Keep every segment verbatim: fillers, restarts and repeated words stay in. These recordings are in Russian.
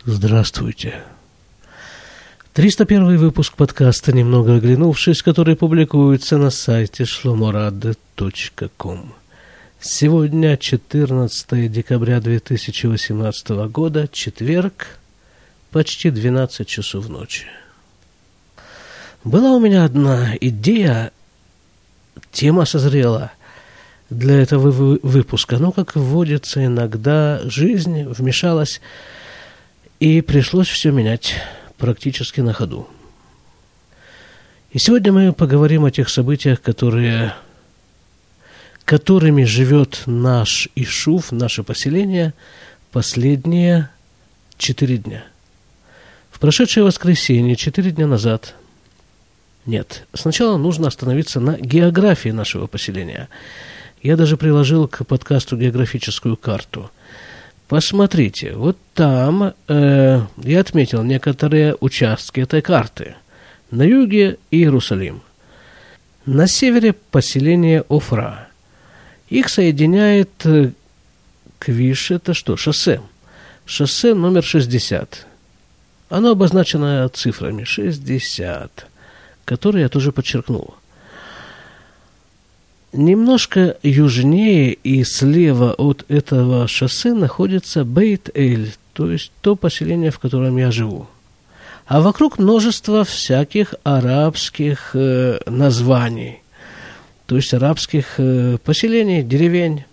Здравствуйте. триста первый выпуск подкаста «Немного оглянувшись», который публикуется на сайте шломорады точка ком. Сегодня четырнадцатое декабря две тысячи восемнадцатого года, четверг, почти двенадцать часов ночи. Была у меня одна идея, тема созрела для этого выпуска, но, как водится, иногда жизнь вмешалась, и пришлось все менять практически на ходу. И сегодня мы поговорим о тех событиях, которые, которыми живет наш Ишув, наше поселение, последние четыре дня. В прошедшее воскресенье, четыре дня назад, нет, сначала нужно остановиться на географии нашего поселения. Я даже приложил к подкасту географическую карту. Посмотрите, вот там э, я отметил некоторые участки этой карты. На юге Иерусалим, на севере поселение Офра. Их соединяет э, Квиш, это что, шоссе. Шоссе номер шестьдесят. Оно обозначено цифрами шестьдесят, которые я тоже подчеркнул. Немножко южнее и слева от этого шоссе находится Бейт-Эль, то есть то поселение, в котором я живу. А вокруг множество всяких арабских э, названий, то есть арабских э, поселений, деревень.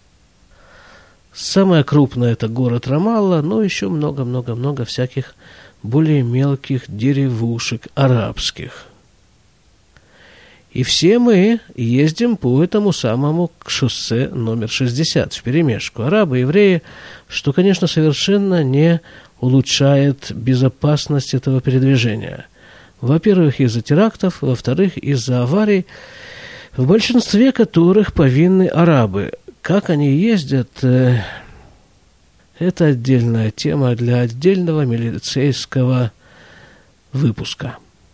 Самое крупное – это город Рамалла, но еще много-много-много всяких более мелких деревушек арабских. И все мы ездим по этому самому шоссе номер шестьдесят вперемешку. Арабы, евреи, что, конечно, совершенно не улучшает безопасность этого передвижения. Во-первых, из-за терактов, во-вторых, из-за аварий, в большинстве которых повинны арабы. Как они ездят, э, это отдельная тема для отдельного милицейского выпуска.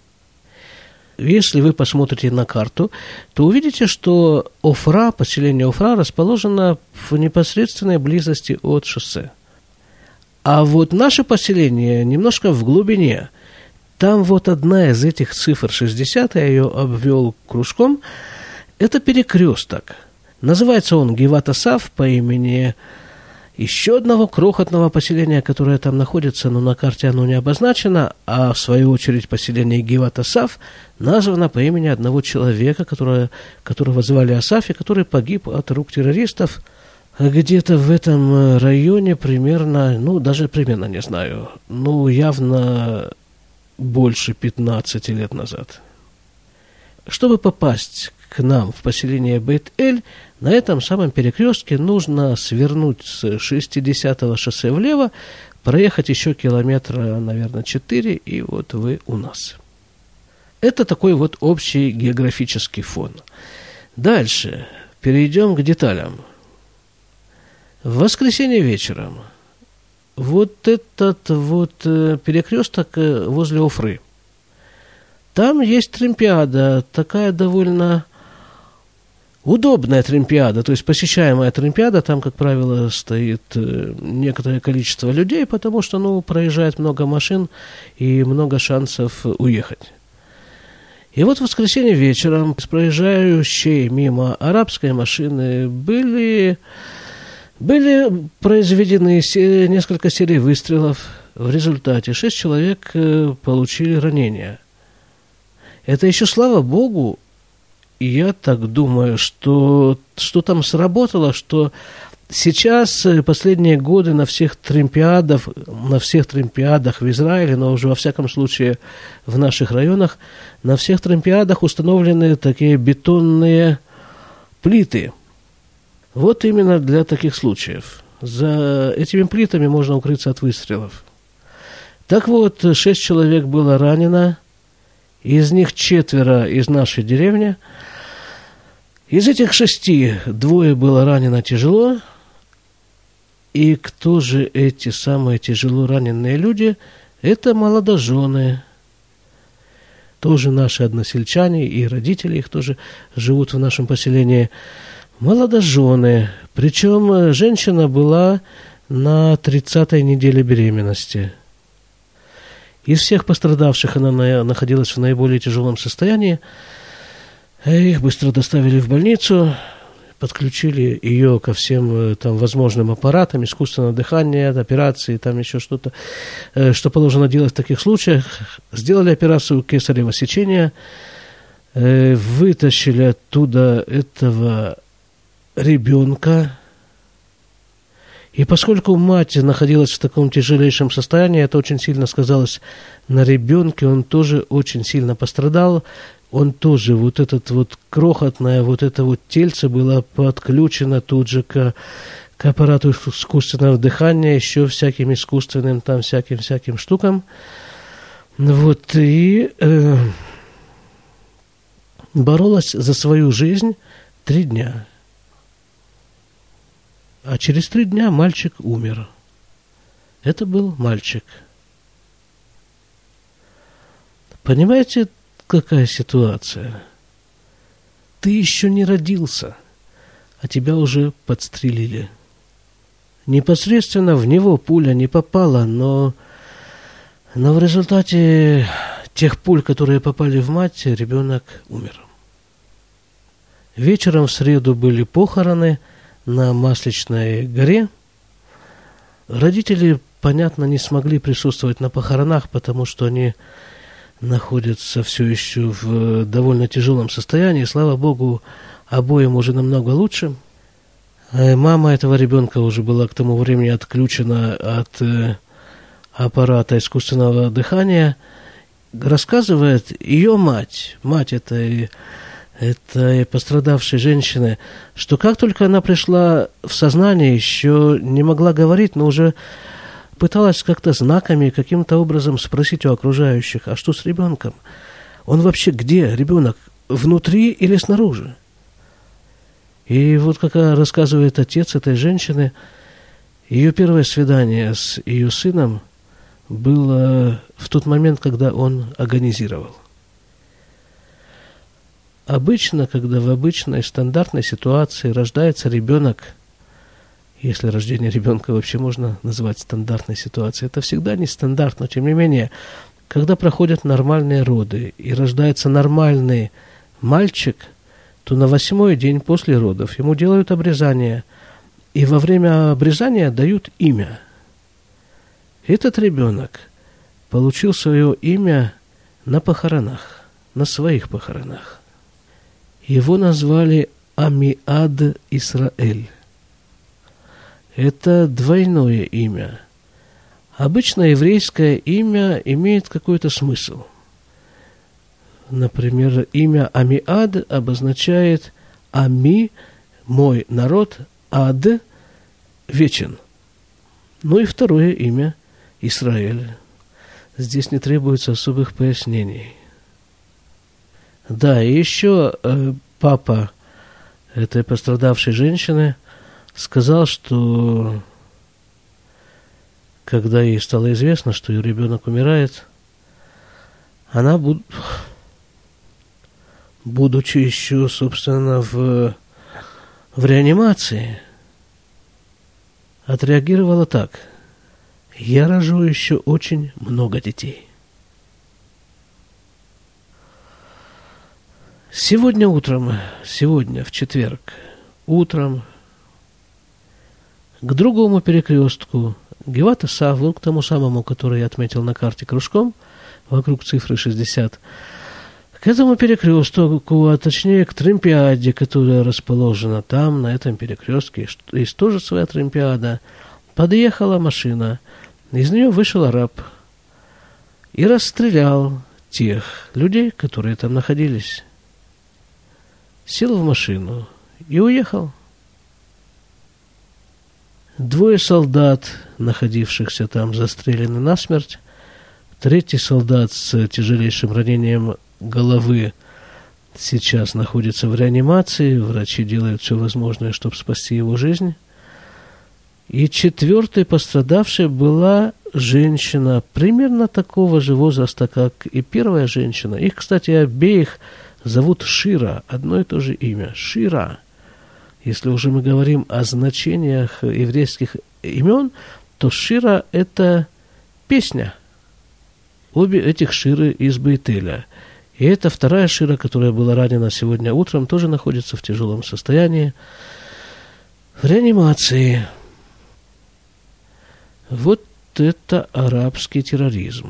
Если вы посмотрите на карту, то увидите, что Офра, поселение Офра, расположено в непосредственной близости от шоссе. А вот наше поселение немножко в глубине. Там вот одна из этих цифр шестьдесят, я ее обвел кружком, это перекресток. Называется он Гиват-Асав по имени еще одного крохотного поселения, которое там находится, но на карте оно не обозначено, а в свою очередь поселение Гиват-Асав названо по имени одного человека, которого, которого звали Асаф, и который погиб от рук террористов где-то в этом районе примерно, ну, даже примерно не знаю, ну, явно больше пятнадцати лет назад. Чтобы попасть к нам в поселение Бейт-Эль, на этом самом перекрестке нужно свернуть с шестидесятого шоссе влево, проехать еще километра, наверное, четыре, и вот вы у нас. Это такой вот общий географический фон. Дальше перейдем к деталям. В воскресенье вечером вот этот вот перекресток возле Офры. Там есть тремпиада, такая довольно удобная тремпиада, то есть посещаемая тремпиада. Там, как правило, стоит некоторое количество людей, потому что, ну, проезжает много машин и много шансов уехать. И вот в воскресенье вечером с проезжающей мимо арабской машины были, были произведены несколько серий выстрелов. В результате шесть человек получили ранения. Это еще, слава Богу, я так думаю, что, что там сработало, что сейчас, последние годы на всех тремпиадах, на всех тремпиадах в Израиле, но уже во всяком случае в наших районах, на всех тремпиадах установлены такие бетонные плиты. Вот именно для таких случаев. За этими плитами можно укрыться от выстрелов. Так вот, шесть человек было ранено. Из них четверо из нашей деревни. Из этих шести двое было ранено тяжело. И кто же эти самые тяжело раненые люди? Это молодожены. Тоже наши односельчане, и родители их тоже живут в нашем поселении. Молодожены. Причем женщина была на тридцатой неделе беременности. Из всех пострадавших она находилась в наиболее тяжелом состоянии. Их быстро доставили в больницу, подключили ее ко всем там возможным аппаратам, искусственное дыхание, операции, там еще что-то, что положено делать в таких случаях. Сделали операцию кесарево сечения, вытащили оттуда этого ребенка. И поскольку мать находилась в таком тяжелейшем состоянии, это очень сильно сказалось на ребенке, он тоже очень сильно пострадал. Он тоже, вот этот вот крохотное, вот это вот тельце было подключено тут же к, к аппарату искусственного дыхания, еще всяким искусственным, там, всяким-всяким штукам. Вот, и э, боролась за свою жизнь три дня. А через три дня мальчик умер. Это был мальчик. Понимаете, какая ситуация? Ты еще не родился, а тебя уже подстрелили. Непосредственно в него пуля не попала, но, но в результате тех пуль, которые попали в мать, ребенок умер. Вечером в среду были похороны на Масличной горе. Родители, понятно, не смогли присутствовать на похоронах, потому что они находятся все еще в довольно тяжелом состоянии. Слава Богу, обоим уже намного лучше. Мама этого ребенка уже была к тому времени отключена от аппарата искусственного дыхания. Рассказывает ее мать, мать этой этой пострадавшей женщины, что как только она пришла в сознание, еще не могла говорить, но уже пыталась как-то знаками, каким-то образом спросить у окружающих, а что с ребенком? Он вообще где, ребенок? Внутри или снаружи? И вот как рассказывает отец этой женщины, ее первое свидание с ее сыном было в тот момент, когда он агонизировал. Обычно, когда в обычной стандартной ситуации рождается ребенок, если рождение ребенка вообще можно назвать стандартной ситуацией, это всегда не стандарт, но тем не менее, когда проходят нормальные роды и рождается нормальный мальчик, то на восьмой день после родов ему делают обрезание, и во время обрезания дают имя. Этот ребенок получил свое имя на похоронах, на своих похоронах. Его назвали Амиад Исраэль. Это двойное имя. Обычно еврейское имя имеет какой-то смысл. Например, имя Амиад обозначает Ами, мой народ, Ад, вечен. Ну и второе имя Исраэль. Здесь не требуется особых пояснений. Да, и еще э, папа этой пострадавшей женщины сказал, что когда ей стало известно, что ее ребенок умирает, она, буд... будучи еще, собственно, в, в реанимации, отреагировала так: я рожу еще очень много детей. Сегодня утром, сегодня, в четверг, утром, к другому перекрестку, Геват Асав, к тому самому, который я отметил на карте кружком, вокруг цифры шестьдесят, к этому перекрестку, а точнее к Тремпиаде, которая расположена там, на этом перекрестке, есть тоже своя Тремпиада, подъехала машина, из нее вышел араб и расстрелял тех людей, которые там находились. Сел в машину и уехал. Двое солдат, находившихся там, застрелены насмерть. Третий солдат с тяжелейшим ранением головы сейчас находится в реанимации. Врачи делают все возможное, чтобы спасти его жизнь. И четвертой пострадавшей была женщина примерно такого же возраста, как и первая женщина. Их, кстати, обеих зовут Шира, одно и то же имя, Шира. Если уже мы говорим о значениях еврейских имен, то Шира – это песня. обе этих ширы из Бейтеля. И эта вторая шира, которая была ранена сегодня утром, тоже находится в тяжелом состоянии, в реанимации. Вот это арабский терроризм.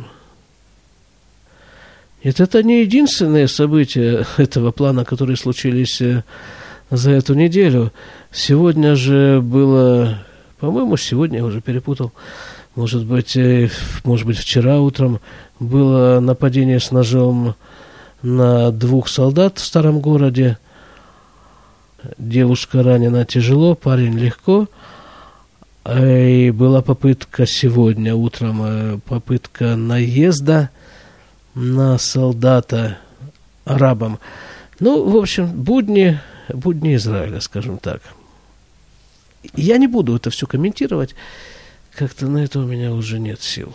Нет, это не единственные события этого плана, которые случились за эту неделю. Сегодня же было, по-моему, сегодня я уже перепутал, может быть, может быть, вчера утром было нападение с ножом на двух солдат в старом городе. Девушка ранена тяжело, парень легко. И была попытка сегодня утром, попытка наезда на солдата арабам. Ну, в общем, будни, будни Израиля, скажем так. Я не буду это все комментировать, как-то на это у меня уже нет сил.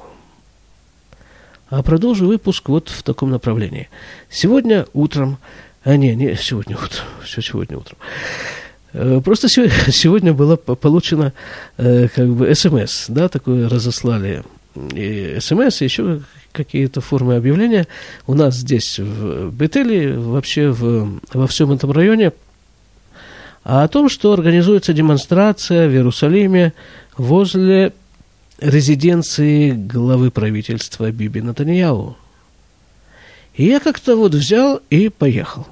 А продолжу выпуск вот в таком направлении. Сегодня утром, а не, не сегодня утром, все сегодня утром. Просто сегодня была получена как бы СМС, да, такое разослали. И СМС, и еще какие-то формы объявления у нас здесь в Бейтеле, вообще в, во всем этом районе, о том, что организуется демонстрация в Иерусалиме возле резиденции главы правительства Биби Нетаньяху. И я как-то вот взял и поехал.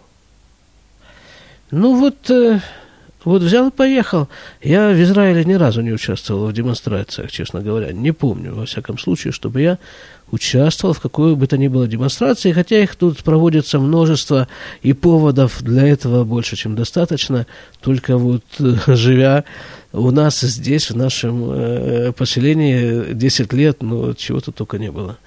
Ну вот... Вот взял и поехал. Я в Израиле ни разу не участвовал в демонстрациях, честно говоря. Не помню, во всяком случае, чтобы я участвовал в какой бы то ни было демонстрации, хотя их тут проводится множество, и поводов для этого больше, чем достаточно. Только вот живя у нас здесь, в нашем э, поселении, десять лет, ну, чего-то только не было.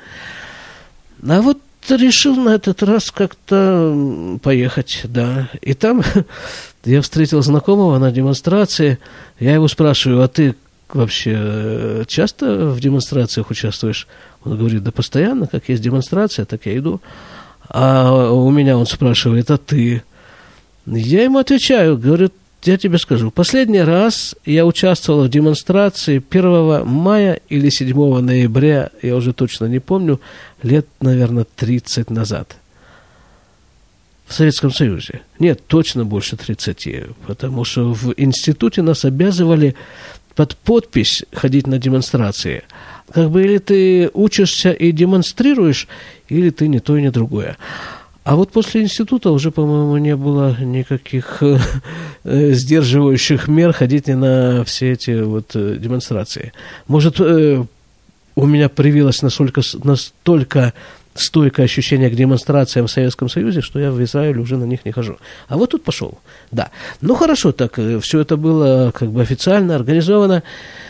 А вот решил на этот раз как-то поехать, да. И там я встретил знакомого на демонстрации. Я его спрашиваю, а ты вообще часто в демонстрациях участвуешь? Он говорит, да постоянно, как есть демонстрация, так я иду. А у меня он спрашивает, а ты? Я ему отвечаю, говорю, я тебе скажу, последний раз я участвовал в демонстрации первого мая или седьмого ноября, я уже точно не помню, лет, наверное, тридцать назад. В Советском Союзе. Нет, точно больше тридцати, потому что в институте нас обязывали под подпись ходить на демонстрации. Как бы или ты учишься и демонстрируешь, или ты не то и не другое. А вот после института уже, по-моему, не было никаких э, сдерживающих мер ходить на все эти вот э, демонстрации. Может, э, у меня появилось настолько, настолько стойкое ощущение к демонстрациям в Советском Союзе, что я в Израиле уже на них не хожу. А вот тут пошел, да. Ну, хорошо, так, все это было как бы официально организовано.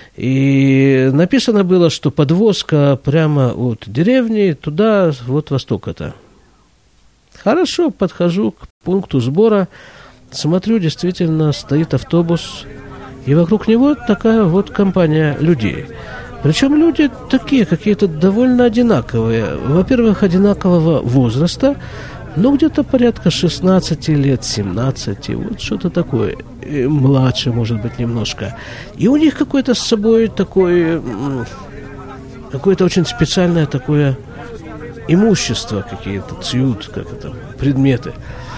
И написано было, что подвозка прямо от деревни туда, вот восток это. Хорошо, подхожу к пункту сбора, смотрю, действительно стоит автобус, и вокруг него такая вот компания людей. Причем люди такие, какие-то довольно одинаковые. Во-первых, одинакового возраста, ну, где-то порядка шестнадцати лет, семнадцати, вот что-то такое. И младше, может быть, немножко. И у них какое-то с собой такое, какое-то очень специальное такое имущество, какие-то цют, как это, предметы.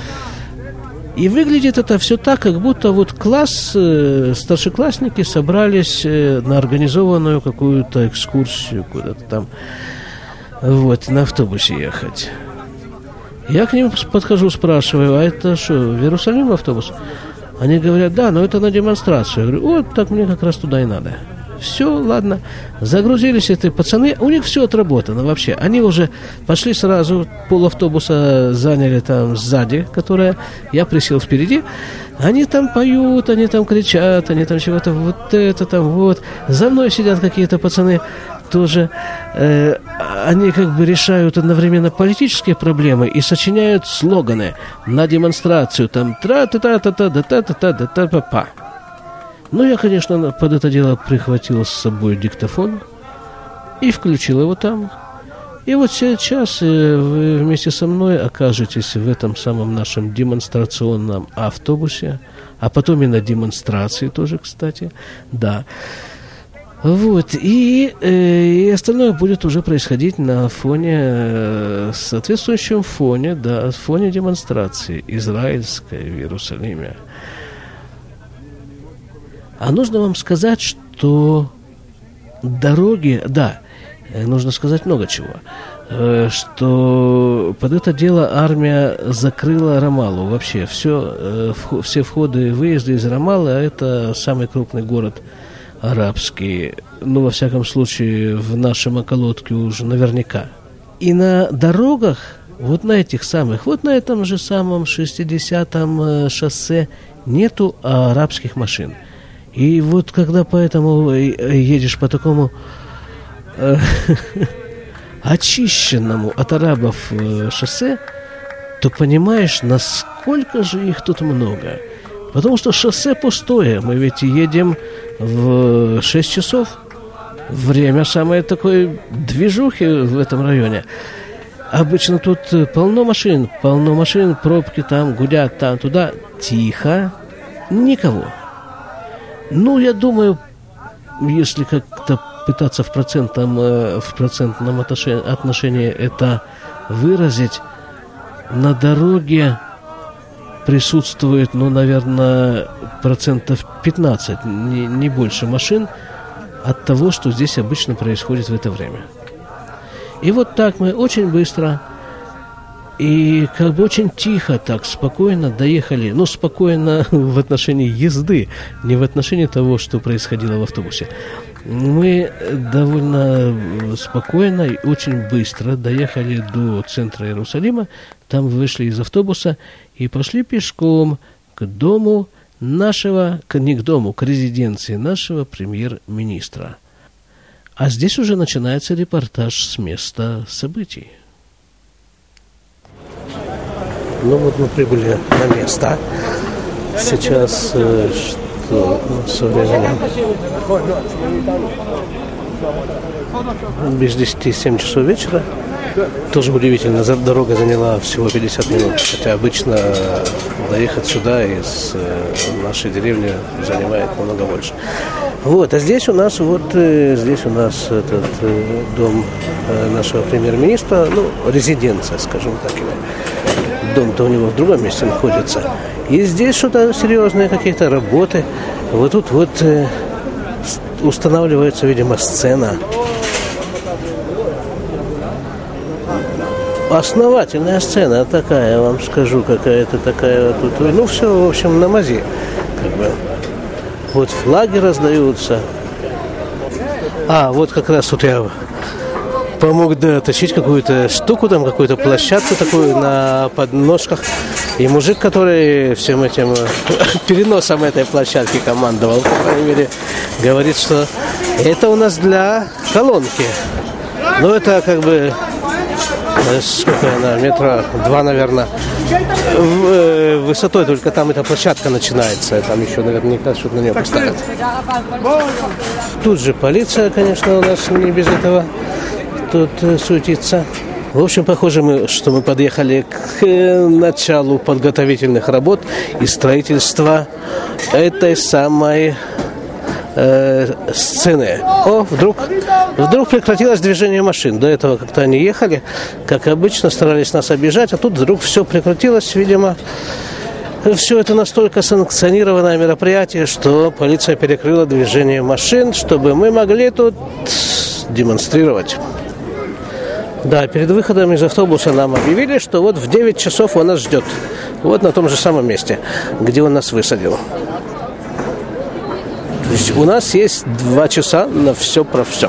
И выглядит это все так, как будто вот класс, э, старшеклассники собрались э, на организованную какую-то экскурсию куда-то там, вот, на автобусе ехать. Я к ним подхожу, спрашиваю, а это что, в Иерусалим автобус? Они говорят, да, но это на демонстрацию. Я говорю, вот, так мне как раз туда и надо. Все, ладно, загрузились эти пацаны, у них все отработано вообще. Они уже пошли сразу, пол автобуса заняли там сзади, которая, я присел впереди. Они там поют, они там кричат, они там чего-то, вот это там, вот. За мной сидят какие-то пацаны тоже. Э, они как бы решают одновременно политические проблемы и сочиняют слоганы на демонстрацию. Там тра-та-та-та-та-та-та-та-та-та-па. Ну, я, конечно, под это дело прихватил с собой диктофон и включил его там. И вот сейчас вы вместе со мной окажетесь в этом самом нашем демонстрационном автобусе, а потом и на демонстрации тоже, кстати, да. Вот, и, и остальное будет уже происходить на фоне, соответствующем фоне, да, фоне демонстрации израильской в Иерусалиме. А нужно вам сказать, что дороги, да, нужно сказать много чего, что под это дело армия закрыла Рамаллу, вообще все, все входы и выезды из Рамаллы, а это самый крупный город арабский, ну, во всяком случае, в нашем околотке уже наверняка. И на дорогах, вот на этих самых, вот на этом же самом шестидесятом шоссе нету арабских машин. И вот когда поэтому едешь по такому э, очищенному от арабов шоссе, то понимаешь, насколько же их тут много. Потому что шоссе пустое. Мы ведь едем в шесть часов. Время самой такой движухи в этом районе. Обычно тут полно машин, полно машин, пробки там, гудят там, туда. Тихо, никого. Ну, я думаю, если как-то пытаться в процентном, в процентном отношении это выразить, на дороге присутствует, ну, наверное, процентов пятнадцать, не, не больше машин от того, что здесь обычно происходит в это время. И вот так мы очень быстро и как бы очень тихо, так спокойно доехали. Ну, спокойно в отношении езды, не в отношении того, что происходило в автобусе. Мы довольно спокойно и очень быстро доехали до центра Иерусалима. Там вышли из автобуса и пошли пешком к дому нашего, не к дому, к резиденции нашего премьер-министра. А здесь уже начинается репортаж с места событий. Ну вот мы прибыли на место. Сейчас э, что ну, со временем без десяти семь часов вечера. Тоже удивительно, дорога заняла всего пятьдесят минут, хотя обычно доехать сюда из э, нашей деревни занимает намного больше. Вот, а здесь у нас вот э, здесь у нас этот э, дом э, нашего премьер-министра, ну, резиденция, скажем так его. Дом-то у него в другом месте находится. И здесь что-то серьезные какие-то работы. Вот тут вот э, устанавливается, видимо, сцена. Основательная сцена такая, я вам скажу, какая-то такая вот тут. Ну, все, в общем, на мази. Как бы. Вот флаги раздаются. А, вот как раз тут я помог дотащить какую-то штуку, там какую-то площадку такую на подножках. И мужик, который всем этим переносом этой площадки командовал, по крайней мере, говорит, что это у нас для колонки. Ну, это как бы, сколько она, метра два, наверное, высотой, только там эта площадка начинается. Там еще, наверняка, что-то на нее поставят. Тут же полиция, конечно, у нас не без этого тут суетится. В общем, похоже, мы, что мы подъехали к началу подготовительных работ и строительства этой самой э, сцены. О, вдруг, вдруг прекратилось движение машин. До этого как-то они ехали, как обычно, старались нас обижать, а тут вдруг все прекратилось, видимо. Все это настолько санкционированное мероприятие, что полиция перекрыла движение машин, чтобы мы могли тут демонстрировать. Да, перед выходом из автобуса нам объявили, что вот в девять часов он нас ждет. Вот на том же самом месте, где он нас высадил. То есть у нас есть два часа на все про все.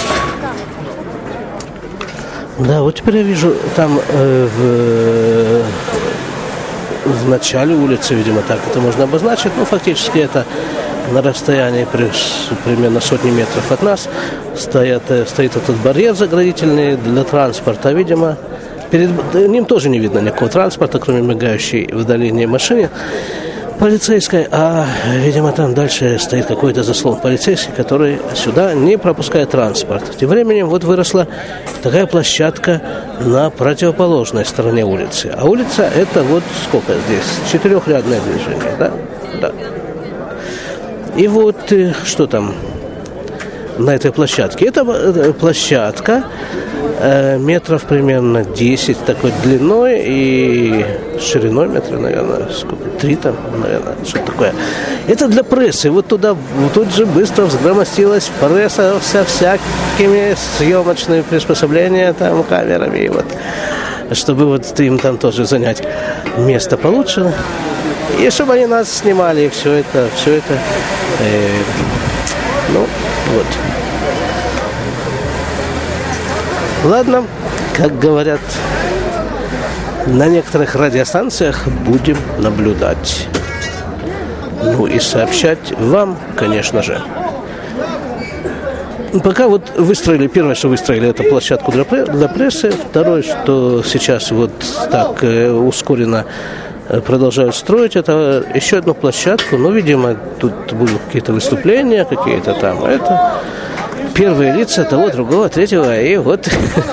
Да, вот теперь я вижу там э, в, в начале улицы, видимо, так это можно обозначить. Ну, фактически это на расстоянии при, примерно сотни метров от нас стоят, стоит этот барьер заградительный для транспорта. Видимо, перед ним тоже не видно никакого транспорта, кроме мигающей вдали машины полицейской. А, видимо, там дальше стоит какой-то заслон полицейский, который сюда не пропускает транспорт. Тем временем вот выросла такая площадка на противоположной стороне улицы. А улица это вот сколько здесь? Четырехрядное движение, да? Да. И вот, что там? на этой площадке. Это площадка э, метров примерно десять такой длиной и шириной метра, наверное, сколько, три там, наверное, что такое. Это для прессы. Вот туда вот тут же быстро взгромоздилась пресса со всякими съемочными приспособлениями, там, камерами, и вот, чтобы вот им там тоже занять место получше. И чтобы они нас снимали, и все это, все это, э, ну, вот. Ладно, как говорят на некоторых радиостанциях, будем наблюдать. Ну и сообщать вам, конечно же. Пока вот выстроили, первое, что выстроили, это площадку для, для прессы. Второе, что сейчас вот так э, ускоренно продолжают строить, это еще одну площадку. Ну, видимо, тут будут какие-то выступления, какие-то там. Это первые лица того, другого, третьего. И вот,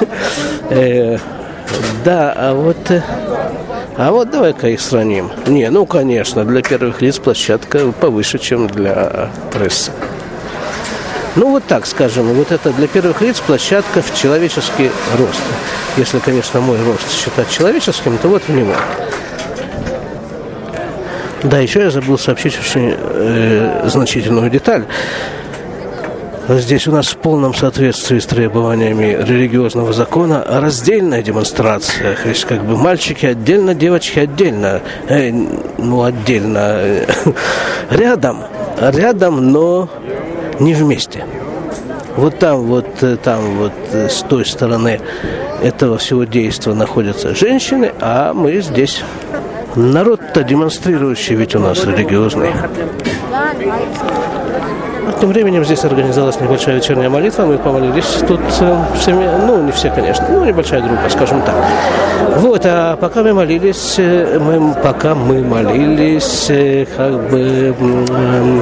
да, а вот, а вот давай-ка их сравним. Не, ну, конечно, для первых лиц площадка повыше, чем для прессы. Ну, вот так скажем, вот это для первых лиц площадка в человеческий рост. Если, конечно, мой рост считать человеческим, то вот в него. Да, еще я забыл сообщить очень э, значительную деталь. Здесь у нас в полном соответствии с требованиями религиозного закона раздельная демонстрация. То есть, как бы мальчики отдельно, девочки отдельно. Э, ну, отдельно. Э, рядом. Рядом, но не вместе. Вот там, вот там, вот с той стороны этого всего действия находятся женщины, а мы здесь. Народ-то демонстрирующий, ведь у нас религиозный. Тем временем здесь организовалась небольшая вечерняя молитва. Мы помолились тут э, всеми, ну, не все, конечно, ну, небольшая группа, скажем так. Вот, а пока мы молились, мы, пока мы молились, э, как бы, э,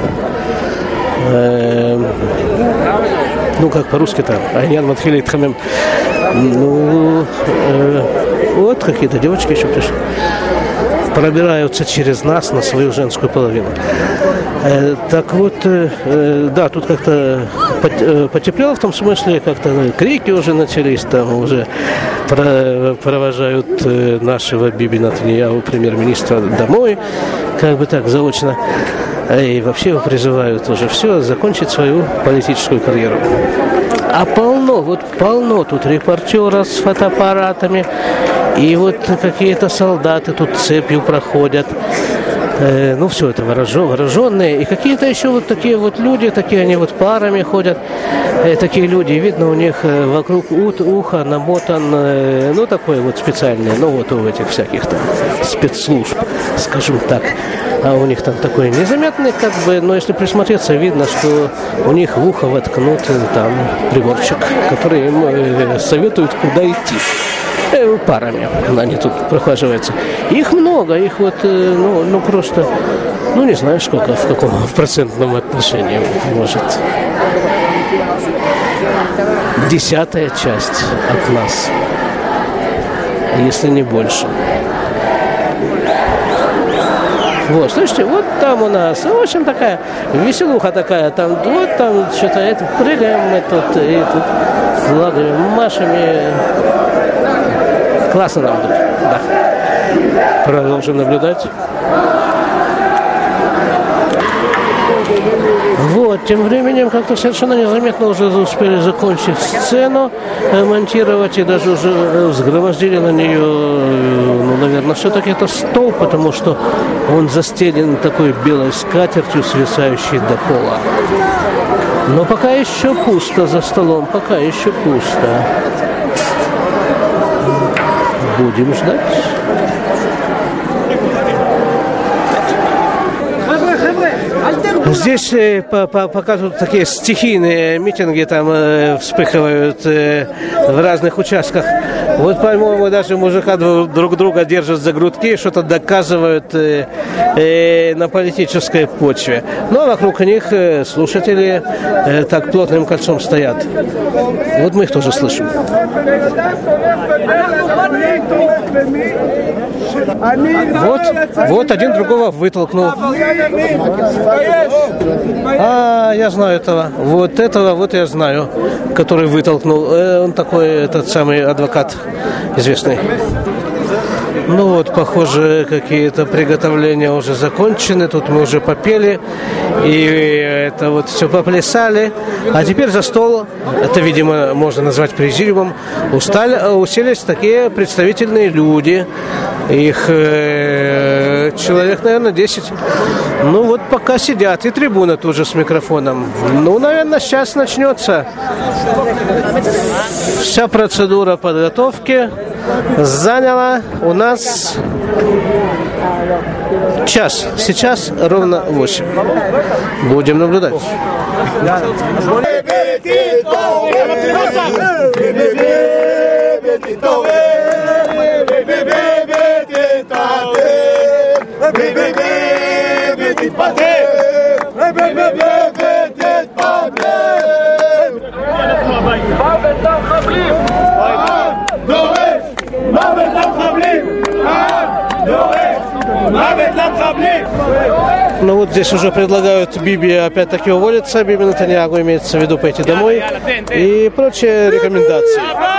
э, ну, как по-русски-то, Айнян Матхили Тхамем, ну, э, вот какие-то девочки еще пришли. Пробираются через нас на свою женскую половину. Э, так вот, э, да, тут как-то потеплело в том смысле, как-то крики уже начались, там уже про, провожают э, нашего Биби Нетаньяху, премьер-министра, домой, как бы так, заочно. И вообще его призывают уже все, закончить свою политическую карьеру. А полно, вот полно тут репортеров с фотоаппаратами, и вот какие-то солдаты тут цепью проходят. Э, ну, все это вооружен, вооруженные. И какие-то еще вот такие вот люди, такие они вот парами ходят. Э, такие люди, видно, у них э, вокруг ут, уха намотан, э, ну, такой вот специальный, ну, вот у этих всяких там спецслужб, скажем так. А у них там такой незаметный, как бы, но если присмотреться, видно, что у них в ухо воткнут там приборчик, который им э, советует, куда идти. Э, парами они тут прохаживаются. Их много, их вот, э, ну, ну, просто, ну, не знаю, сколько, в каком в процентном отношении, может, десятая часть от нас, если не больше. Вот, слышите, вот там у нас, в общем, такая веселуха такая, там, вот там что-то, это, прыгаем мы тут, и тут флагами, машами. Классно нам тут, да. Продолжим наблюдать. Вот, тем временем как-то совершенно незаметно уже успели закончить сцену монтировать и даже уже взгромоздили на нее, ну, наверное, все-таки это стол, потому что он застелен такой белой скатертью, свисающей до пола. Но пока еще пусто за столом, пока еще пусто. Будем ждать. Здесь э, по, по, показывают такие стихийные митинги, там э, вспыхивают э, в разных участках. Вот, по-моему, даже мужика друг друга держат за грудки, что-то доказывают э, э, на политической почве. Ну, а вокруг них э, слушатели э, так плотным кольцом стоят. Вот мы их тоже слышим. Вот, вот один другого вытолкнул. А, я знаю этого. Вот этого вот я знаю, который вытолкнул. Он такой, этот самый адвокат известный. Ну вот, похоже, какие-то приготовления уже закончены. Тут мы уже попели. И это вот все поплясали. А теперь за стол, это, видимо, можно назвать президиумом, устали, уселись такие представительные люди. Их э, человек, наверное, десять. Ну вот пока сидят. И трибуна тоже с микрофоном. Ну, наверное, сейчас начнется. Вся процедура подготовки заняла у нас час. Сейчас ровно восемь. Будем наблюдать. Ну вот здесь уже предлагают Биби опять-таки уволиться. Биби Нетаньяху имеется в виду пойти домой. И прочие рекомендации.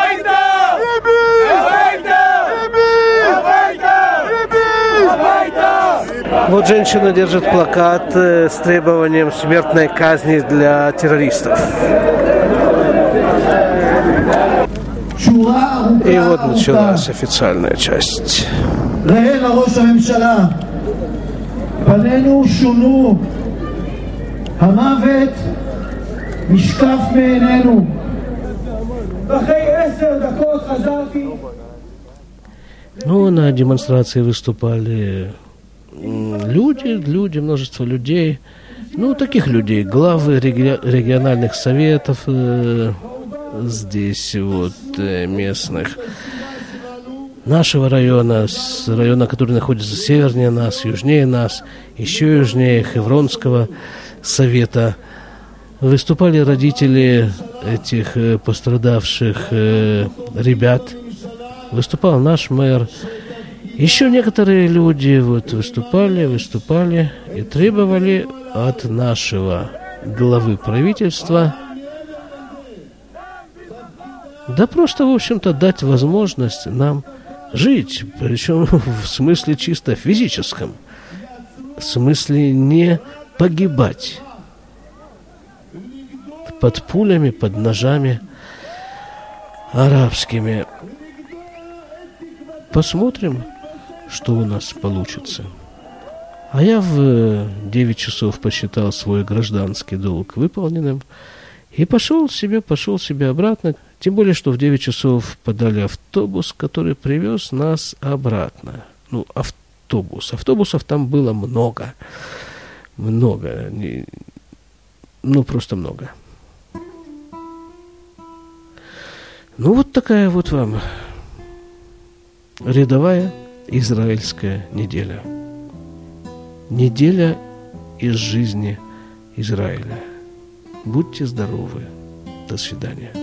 Вот женщина держит плакат с требованием смертной казни для террористов. И вот началась официальная часть. Ну, на демонстрации выступали люди, люди, множество людей. Ну, таких людей, главы реги- региональных советов э, здесь вот э, местных. Нашего района, с района, который находится севернее нас, южнее нас, еще южнее Хевронского совета. Выступали родители этих э, пострадавших э, ребят. Выступал наш мэр. Еще некоторые люди вот выступали, выступали и требовали от нашего главы правительства, да просто, в общем-то, дать возможность нам жить, причем в смысле чисто физическом, в смысле не погибать под пулями, под ножами арабскими. Посмотрим, что у нас получится. А я в девять часов посчитал свой гражданский долг выполненным и пошел себе, пошел себе обратно. Тем более, что в девять часов подали автобус, который привез нас обратно. Ну, автобус. Автобусов там было много. Много. Ну, просто много. Ну, вот такая вот вам рядовая израильская неделя. Неделя из жизни Израиля. Будьте здоровы. До свидания.